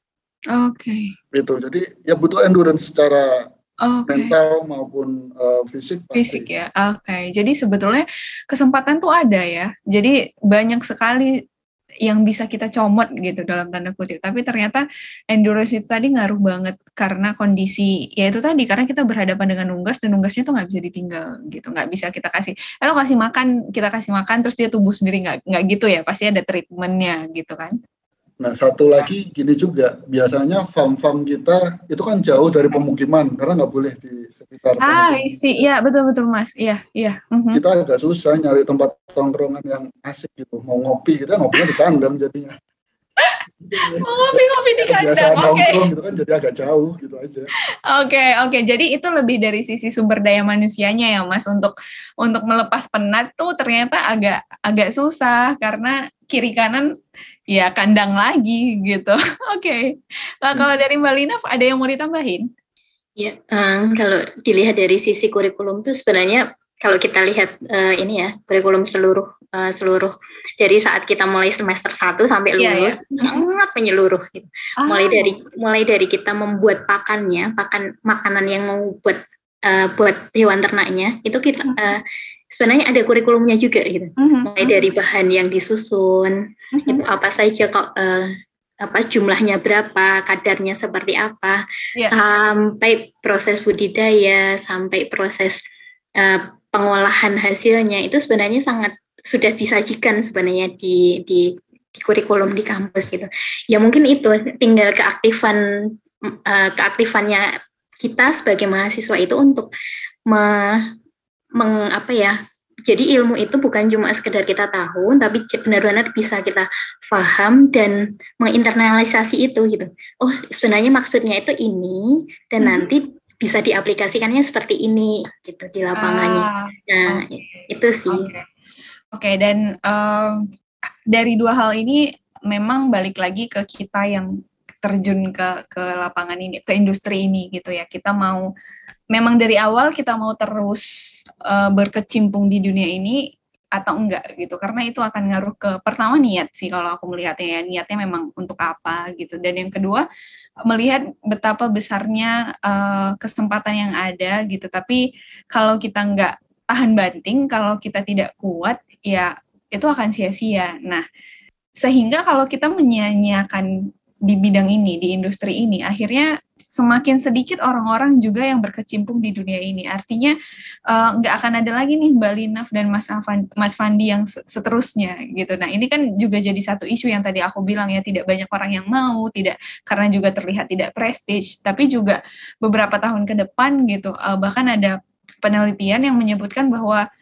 Oke. Okay. Gitu. Jadi ya butuh endurance secara okay. mental maupun uh, fisik pasti. Fisik ya. Oke. Okay. Jadi sebetulnya kesempatan tuh ada ya. Jadi banyak sekali yang bisa kita comot gitu dalam tanda kutip. Tapi ternyata endurance itu tadi ngaruh banget karena kondisi, ya itu tadi, karena kita berhadapan dengan unggas dan unggasnya tuh nggak bisa ditinggal gitu, nggak bisa kita kasih, eh lo kasih makan, kita kasih makan terus dia tumbuh sendiri, nggak nggak gitu ya, pasti ada treatmentnya gitu kan. Nah, satu lagi gini juga, biasanya farm-farm kita itu kan jauh dari pemukiman karena nggak boleh di sekitar ah, pemukiman. Ah, iya betul-betul Mas, iya, iya. Uh-huh. Kita agak susah nyari tempat tongkrongan yang asik gitu, mau ngopi kita ngopinya di kandang jadinya. Mau ngopi-ngopi di kandang, biasa nongkrong gitu kan, jadi agak jauh gitu aja. Oke, okay, oke. Okay. Jadi itu lebih dari sisi sumber daya manusianya ya Mas, untuk untuk melepas penat tuh ternyata agak agak susah karena kiri kanan ya kandang lagi gitu. Oke. Okay. Nah, kalau dari Mbak Lina ada yang mau ditambahin? Ya, um, kalau dilihat dari sisi kurikulum tuh sebenarnya kalau kita lihat uh, ini ya, kurikulum seluruh uh, seluruh dari saat kita mulai semester satu sampai lulus yeah, yeah. sangat menyeluruh gitu. Oh. Mulai dari mulai dari kita membuat pakannya, pakan makanan yang mau buat uh, buat hewan ternaknya, itu kita uh, sebenarnya ada kurikulumnya juga gitu. Uh-huh. Mulai dari bahan yang disusun, uh-huh. itu apa saja kok uh, apa jumlahnya berapa, kadarnya seperti apa, yeah. sampai proses budidaya, sampai proses uh, pengolahan hasilnya itu sebenarnya sangat sudah disajikan sebenarnya di di, di kurikulum di kampus gitu. Ya mungkin itu tinggal keaktifan uh, keaktifannya kita sebagai mahasiswa itu untuk me, meng, apa ya? Jadi ilmu itu bukan cuma sekedar kita tahu, tapi benar-benar bisa kita paham dan menginternalisasi itu gitu. Oh, sebenarnya maksudnya itu ini dan hmm. nanti bisa diaplikasikannya seperti ini gitu di lapangannya. Ah, nah, okay. itu sih. Oke, okay. okay, dan um, dari dua hal ini memang balik lagi ke kita yang terjun ke ke lapangan ini, ke industri ini gitu ya. Kita mau memang dari awal kita mau terus uh, berkecimpung di dunia ini atau enggak gitu, karena itu akan ngaruh ke pertama niat sih kalau aku melihatnya ya, niatnya memang untuk apa gitu, dan yang kedua melihat betapa besarnya uh, kesempatan yang ada gitu. Tapi kalau kita enggak tahan banting, kalau kita tidak kuat ya itu akan sia-sia. Nah, sehingga kalau kita menyia-nyiakan di bidang ini, di industri ini, akhirnya semakin sedikit orang-orang juga yang berkecimpung di dunia ini. Artinya uh, nggak akan ada lagi nih Mbak Linaf dan Mas Afan, Mas Fandi yang seterusnya gitu. Nah ini kan juga jadi satu isu yang tadi aku bilang ya, tidak banyak orang yang mau, tidak karena juga terlihat tidak prestige, tapi juga beberapa tahun ke depan gitu, uh, bahkan ada penelitian yang menyebutkan bahwa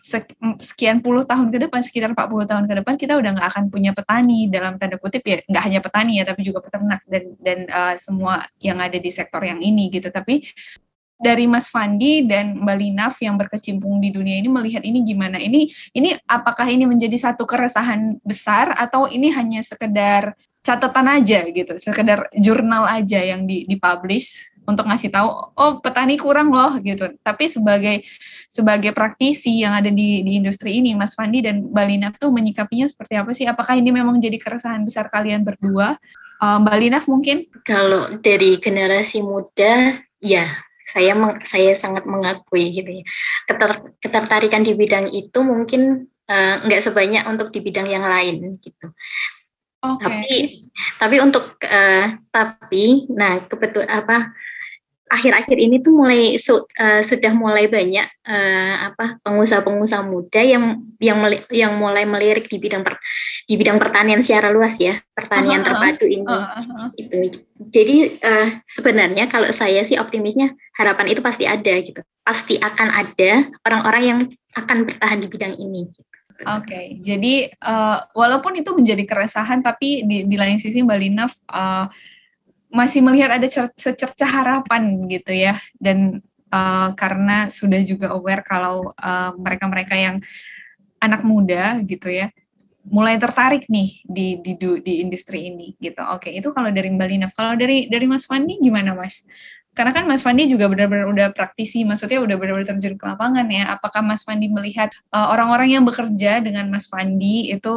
sekian puluh tahun ke depan, sekitar empat puluh tahun ke depan, kita udah nggak akan punya petani dalam tanda kutip ya, nggak hanya petani ya, tapi juga peternak dan dan uh, semua yang ada di sektor yang ini gitu. Tapi dari Mas Fandi dan Mbak Linaf yang berkecimpung di dunia ini melihat ini gimana? Ini ini apakah ini menjadi satu keresahan besar atau ini hanya sekedar catatan aja gitu, sekedar jurnal aja yang di dipublish untuk ngasih tahu, oh petani kurang loh gitu. Tapi sebagai sebagai praktisi yang ada di di industri ini, Mas Fandi dan Mbak Linaf tuh menyikapinya seperti apa sih? Apakah ini memang jadi keresahan besar kalian berdua? Uh, Mbak Linaf mungkin? Kalau dari generasi muda, ya saya meng, saya sangat mengakui gitu ya. Keter, ketertarikan di bidang itu mungkin uh, nggak sebanyak untuk di bidang yang lain gitu. Okay. Tapi tapi untuk uh, tapi nah kebetulan apa akhir-akhir ini tuh mulai su, uh, sudah mulai banyak uh, apa pengusaha-pengusaha muda yang yang yang mulai melirik di bidang per, di bidang pertanian secara luas ya, pertanian uh-huh. terpadu ini. Uh-huh. Itu. Jadi uh, sebenarnya kalau saya sih optimisnya harapan itu pasti ada gitu. Pasti akan ada orang-orang yang akan bertahan di bidang ini gitu. Oke, okay. Jadi uh, walaupun itu menjadi keresahan, tapi di, di lain sisi Mbak Linaf uh, masih melihat ada cer- secercah harapan gitu ya, dan uh, karena sudah juga aware kalau uh, mereka-mereka yang anak muda gitu ya, mulai tertarik nih di di di industri ini gitu. Oke, okay. Itu kalau dari Mbak Linaf. Kalau dari dari Mas Fandi gimana Mas? Karena kan Mas Fandi juga benar-benar udah praktisi, maksudnya udah benar-benar terjun ke lapangan ya. Apakah Mas Fandi melihat uh, orang-orang yang bekerja dengan Mas Fandi itu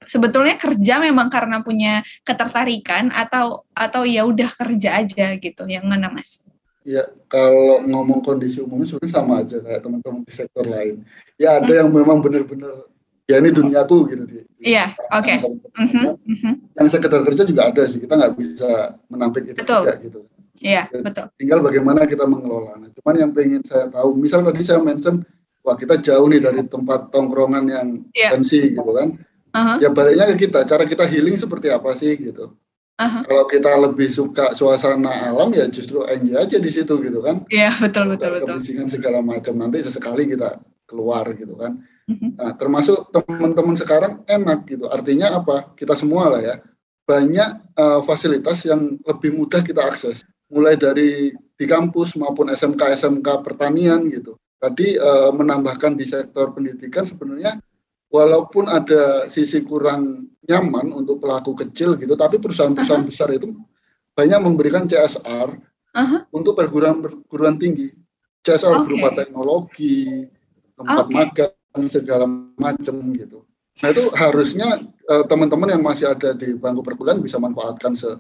sebetulnya kerja memang karena punya ketertarikan atau atau ya udah kerja aja gitu, yang mana Mas? Ya, kalau ngomong kondisi umumnya sebenarnya sama aja kayak teman-teman di sektor lain. Ya ada hmm. yang memang benar-benar ya ini dunia tuh gitu. Iya, oke. Okay. Mm-hmm. Mm-hmm. Yang sekedar kerja juga ada sih, kita nggak bisa menampik itu betul. juga gitu. Iya, ya, betul. Tinggal bagaimana kita mengelola. Nah, cuman yang pengen saya tahu, misal tadi saya mention, wah kita jauh nih dari tempat tongkrongan yang yeah. pensi gitu kan. Uh-huh. Ya baliknya ke kita, cara kita healing seperti apa sih gitu. Uh-huh. Kalau kita lebih suka suasana alam ya justru enjoy aja di situ gitu kan. Iya, betul betul betul. Kebisingan segala macam, nanti sesekali kita keluar gitu kan. Uh-huh. Nah, termasuk teman-teman sekarang enak gitu. Artinya apa? Kita semua lah ya. Banyak uh, fasilitas yang lebih mudah kita akses. Mulai dari di kampus maupun S M K S M K pertanian gitu. Tadi uh, menambahkan di sektor pendidikan sebenarnya walaupun ada sisi kurang nyaman untuk pelaku kecil gitu, tapi perusahaan-perusahaan uh-huh. besar itu banyak memberikan C S R uh-huh. untuk perguruan-perguruan tinggi. C S R okay. berupa teknologi, tempat okay. magang, segala macam gitu. Nah itu harusnya uh, teman-teman yang masih ada di bangku perkuliahan bisa manfaatkan se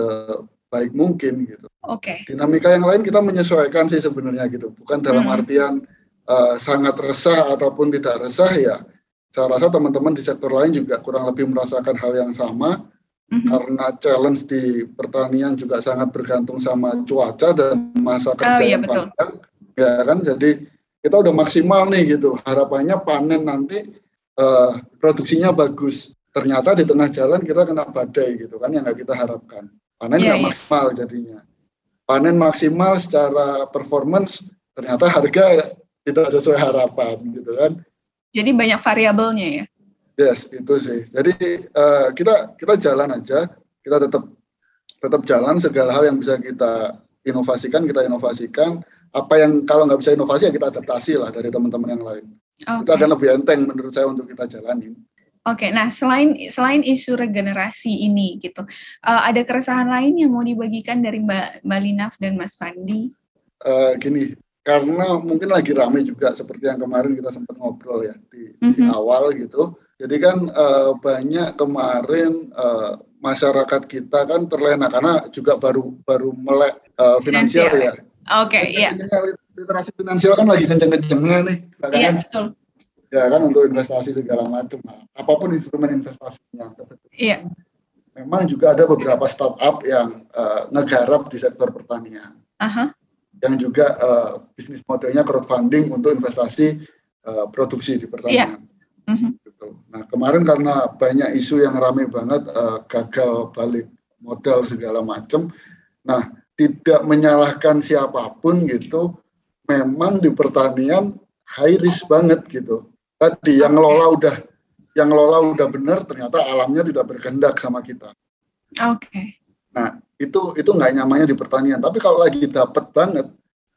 sebaik mungkin gitu. Oke. Okay. Dinamika yang lain kita menyesuaikan sih sebenarnya gitu, bukan dalam hmm. artian uh, sangat resah ataupun tidak resah ya. Saya rasa teman-teman di sektor lain juga kurang lebih merasakan hal yang sama mm-hmm. karena challenge di pertanian juga sangat bergantung sama cuaca dan masa kerja oh, iya, yang betul. panjang, ya kan? Jadi kita udah maksimal nih gitu. Harapannya panen nanti uh, produksinya bagus. Ternyata di tengah jalan kita kena badai gitu kan, yang nggak kita harapkan. Panen nggak yeah, yeah. maksimal jadinya. Panen maksimal secara performance, ternyata harga tidak sesuai harapan gitu kan. Jadi banyak variabelnya ya. Yes, itu sih. Jadi uh, kita kita jalan aja, kita tetap tetap jalan segala hal yang bisa kita inovasikan, kita inovasikan. Apa yang kalau nggak bisa inovasi ya kita adaptasi lah dari teman-teman yang lain. Okay. Itu akan lebih enteng menurut saya untuk kita jalanin. Oke, okay, nah selain selain isu regenerasi ini gitu, uh, ada keresahan lain yang mau dibagikan dari Mbak Mbak Linaf dan Mas Fandi? Uh, gini. Karena mungkin lagi ramai juga seperti yang kemarin kita sempat ngobrol ya di, mm-hmm. di awal gitu. Jadi kan uh, banyak kemarin uh, masyarakat kita kan terlena karena juga baru baru melek uh, finansial, finansial ya. Oke, okay, iya. Literasi finansial kan lagi kenceng-kencengnya nih. Iya, kan? Betul. Ya kan untuk investasi segala macam. Nah, apapun instrumen investasinya. Iya. Memang juga ada beberapa startup yang uh, ngegarap di sektor pertanian. Aha. Uh-huh. Yang juga uh, bisnis modelnya crowdfunding untuk investasi uh, produksi di pertanian. Yeah. Mm-hmm. Gitu. Nah kemarin karena banyak isu yang ramai banget, uh, gagal balik modal segala macam. Nah tidak menyalahkan siapapun gitu, memang di pertanian high risk banget gitu. Tadi yang ngelola udah, yang ngelola udah benar, ternyata alamnya tidak berkehendak sama kita. Oke. Okay. Nah itu itu nggak nyamannya di pertanian. Tapi kalau lagi dapat banget,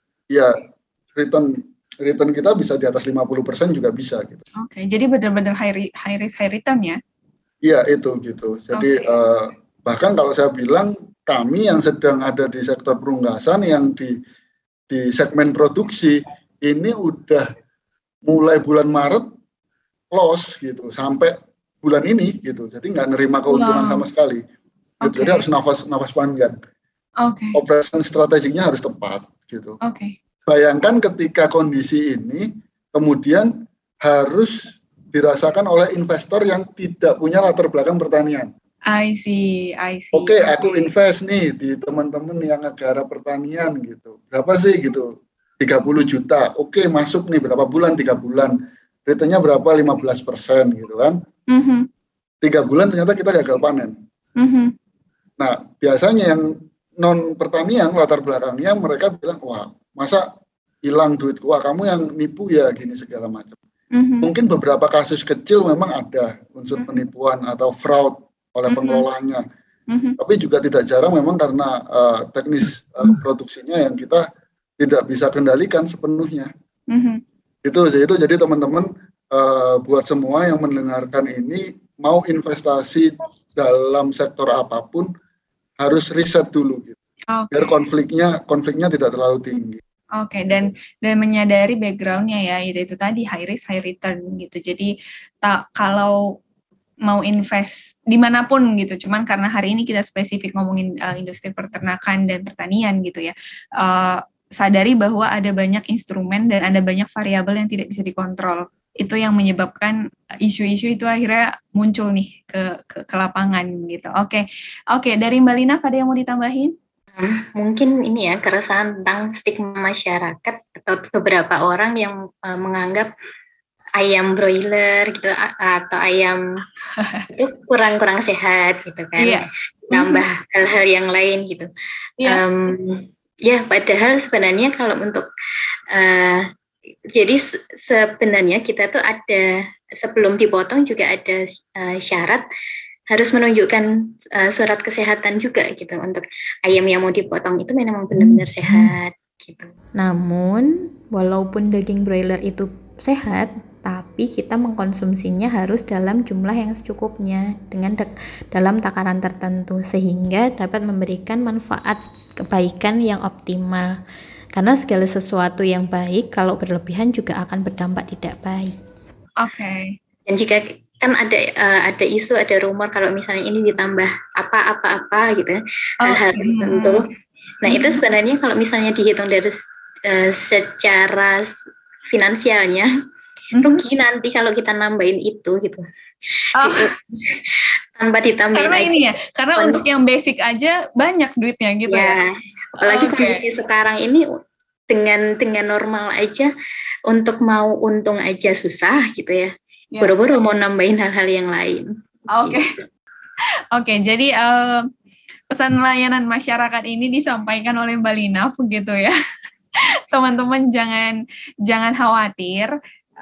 ya return return kita bisa di atas lima puluh persen juga bisa gitu. Oke, okay, jadi benar-benar high, high risk high return ya? Iya itu gitu. Jadi okay. uh, bahkan kalau saya bilang kami yang sedang ada di sektor perunggasan yang di di segmen produksi ini udah mulai bulan Maret loss gitu sampai bulan ini gitu. Jadi nggak nerima keuntungan wow. sama sekali. Gitu. Okay. Jadi harus nafas nafas panjang. Okay. Operasi strateginya harus tepat gitu. Oke. Okay. Bayangkan ketika kondisi ini kemudian harus dirasakan oleh investor yang tidak punya latar belakang pertanian. I see, I see. Oke, okay, aku invest nih di teman-teman yang negara pertanian gitu. Berapa sih gitu? tiga puluh juta. Oke, okay, masuk nih berapa bulan? tiga bulan. Returnnya berapa? lima belas persen gitu kan. Mm-hmm. tiga bulan ternyata kita gagal panen. Mm-hmm. Nah, biasanya yang non pertanian latar belakangnya mereka bilang, wah masa hilang duitku, wah kamu yang nipu ya gini segala macam. Mm-hmm. Mungkin beberapa kasus kecil memang ada unsur mm-hmm. penipuan atau fraud oleh mm-hmm. pengelolanya, mm-hmm. tapi juga tidak jarang memang karena uh, teknis uh, produksinya yang kita tidak bisa kendalikan sepenuhnya. Mm-hmm. Itu sih itu jadi teman-teman uh, buat semua yang mendengarkan ini mau investasi dalam sektor apapun harus riset dulu gitu. Okay. Biar konfliknya konfliknya tidak terlalu tinggi. Oke, okay, dan dan menyadari backgroundnya ya, itu, itu tadi high risk high return gitu. Jadi tak kalau mau invest dimanapun gitu, cuman karena hari ini kita spesifik ngomongin uh, industri peternakan dan pertanian gitu ya, uh, sadari bahwa ada banyak instrumen dan ada banyak variabel yang tidak bisa dikontrol. Itu yang menyebabkan isu-isu itu akhirnya muncul nih ke ke, ke lapangan gitu. Oke, oke dari Mbak Lina ada yang mau ditambahin? Hmm, mungkin ini ya keresahan tentang stigma masyarakat atau beberapa orang yang uh, menganggap ayam broiler gitu atau ayam itu kurang-kurang sehat gitu kan, yeah. Tambah mm-hmm. hal-hal yang lain gitu. Yeah. Um, ya padahal sebenarnya kalau untuk uh, jadi sebenarnya kita tuh ada sebelum dipotong juga ada uh, syarat harus menunjukkan uh, surat kesehatan juga gitu untuk ayam yang mau dipotong itu memang benar-benar sehat gitu. Namun walaupun daging broiler itu sehat, tapi kita mengkonsumsinya harus dalam jumlah yang secukupnya dengan de- dalam takaran tertentu sehingga dapat memberikan manfaat kebaikan yang optimal. Karena segala sesuatu yang baik kalau berlebihan juga akan berdampak tidak baik. Oke. Okay. Dan jika kan ada uh, ada isu, ada rumor kalau misalnya ini ditambah apa-apa-apa gitu, hal-hal oh. tertentu. Nah itu sebenarnya kalau misalnya dihitung dari uh, secara finansialnya, rugi nanti kalau kita nambahin itu gitu. Oh. Gitu. Tanpa ditambahin karena aja. ini ya, karena Kon- untuk yang basic aja banyak duitnya gitu ya. ya. Apalagi okay. kondisi sekarang ini dengan dengan normal aja untuk mau untung aja susah gitu ya. Yeah. Boro-boro mau nambahin hal-hal yang lain. Oke. Okay. Oke, okay, jadi uh, pesan layanan masyarakat ini disampaikan oleh Mbak Lina begitu ya. Teman-teman jangan jangan khawatir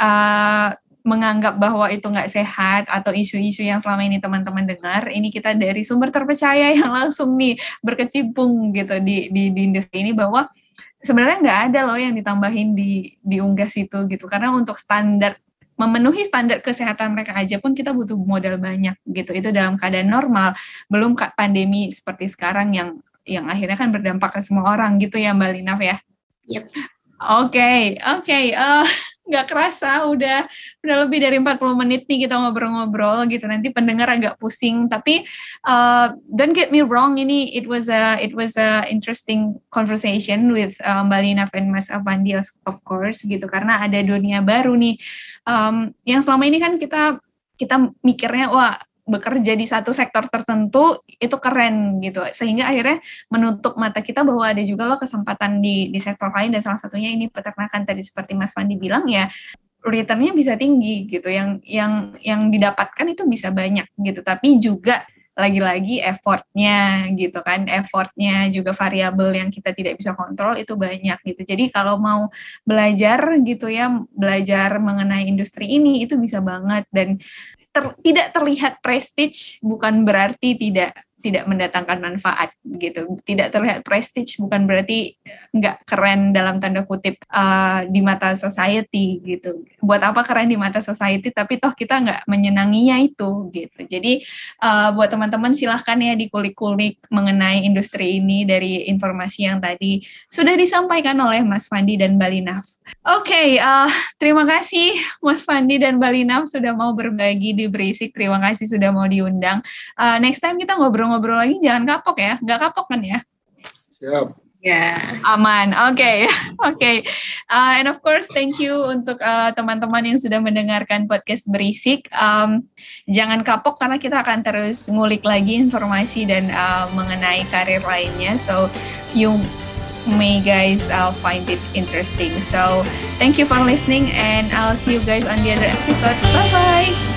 uh, menganggap bahwa itu nggak sehat atau isu-isu yang selama ini teman-teman dengar. Ini kita dari sumber terpercaya yang langsung nih berkecimpung gitu di di, di industri ini bahwa sebenarnya nggak ada loh yang ditambahin di di unggas itu gitu. Karena untuk standar memenuhi standar kesehatan mereka aja pun kita butuh modal banyak gitu. Itu dalam keadaan normal, belum pandemi seperti sekarang yang yang akhirnya kan berdampak ke semua orang gitu ya Mbak Lina ya. Yep. Oke, okay, oke. Okay. Uh, nggak kerasa udah udah lebih dari empat puluh menit nih kita ngobrol-ngobrol gitu. Nanti pendengar agak pusing, tapi uh, don't get me wrong, ini it was a it was a interesting conversation with uh, Mbak Lina and Mas Afandi of course gitu, karena ada dunia baru nih um, yang selama ini kan kita kita mikirnya wah bekerja di satu sektor tertentu itu keren gitu, sehingga akhirnya menutup mata kita bahwa ada juga loh kesempatan di di sektor lain, dan salah satunya ini peternakan tadi seperti Mas Fandi bilang ya, returnnya bisa tinggi gitu, yang yang yang didapatkan itu bisa banyak gitu, tapi juga lagi-lagi effortnya gitu kan, effortnya juga variabel yang kita tidak bisa kontrol itu banyak gitu. Jadi kalau mau belajar gitu ya, belajar mengenai industri ini itu bisa banget, dan Ter, tidak terlihat prestige bukan berarti tidak tidak mendatangkan manfaat gitu. Tidak terlihat prestige bukan berarti nggak keren dalam tanda kutip uh, di mata society gitu. Buat apa keren di mata society tapi toh kita nggak menyenanginya itu gitu. Jadi uh, buat teman-teman silahkan ya dikulik-kulik mengenai industri ini dari informasi yang tadi sudah disampaikan oleh Mas Fandi dan Mbak Lina. Oke, okay, uh, terima kasih Mas Fandi dan Mbak Lina sudah mau berbagi di Berisik. Terima kasih sudah mau diundang. Uh, next time kita ngobrol-ngobrol lagi, jangan kapok ya. Nggak kapok kan ya? Siap. Ya. Yeah. Aman, oke. Okay. Oke. Okay. Uh, and of course, thank you untuk uh, teman-teman yang sudah mendengarkan podcast Berisik. Um, jangan kapok karena kita akan terus ngulik lagi informasi dan uh, mengenai karir lainnya. So, you may guys uh, find it interesting. So thank you for listening, and I'll see you guys on the other episode. Bye bye.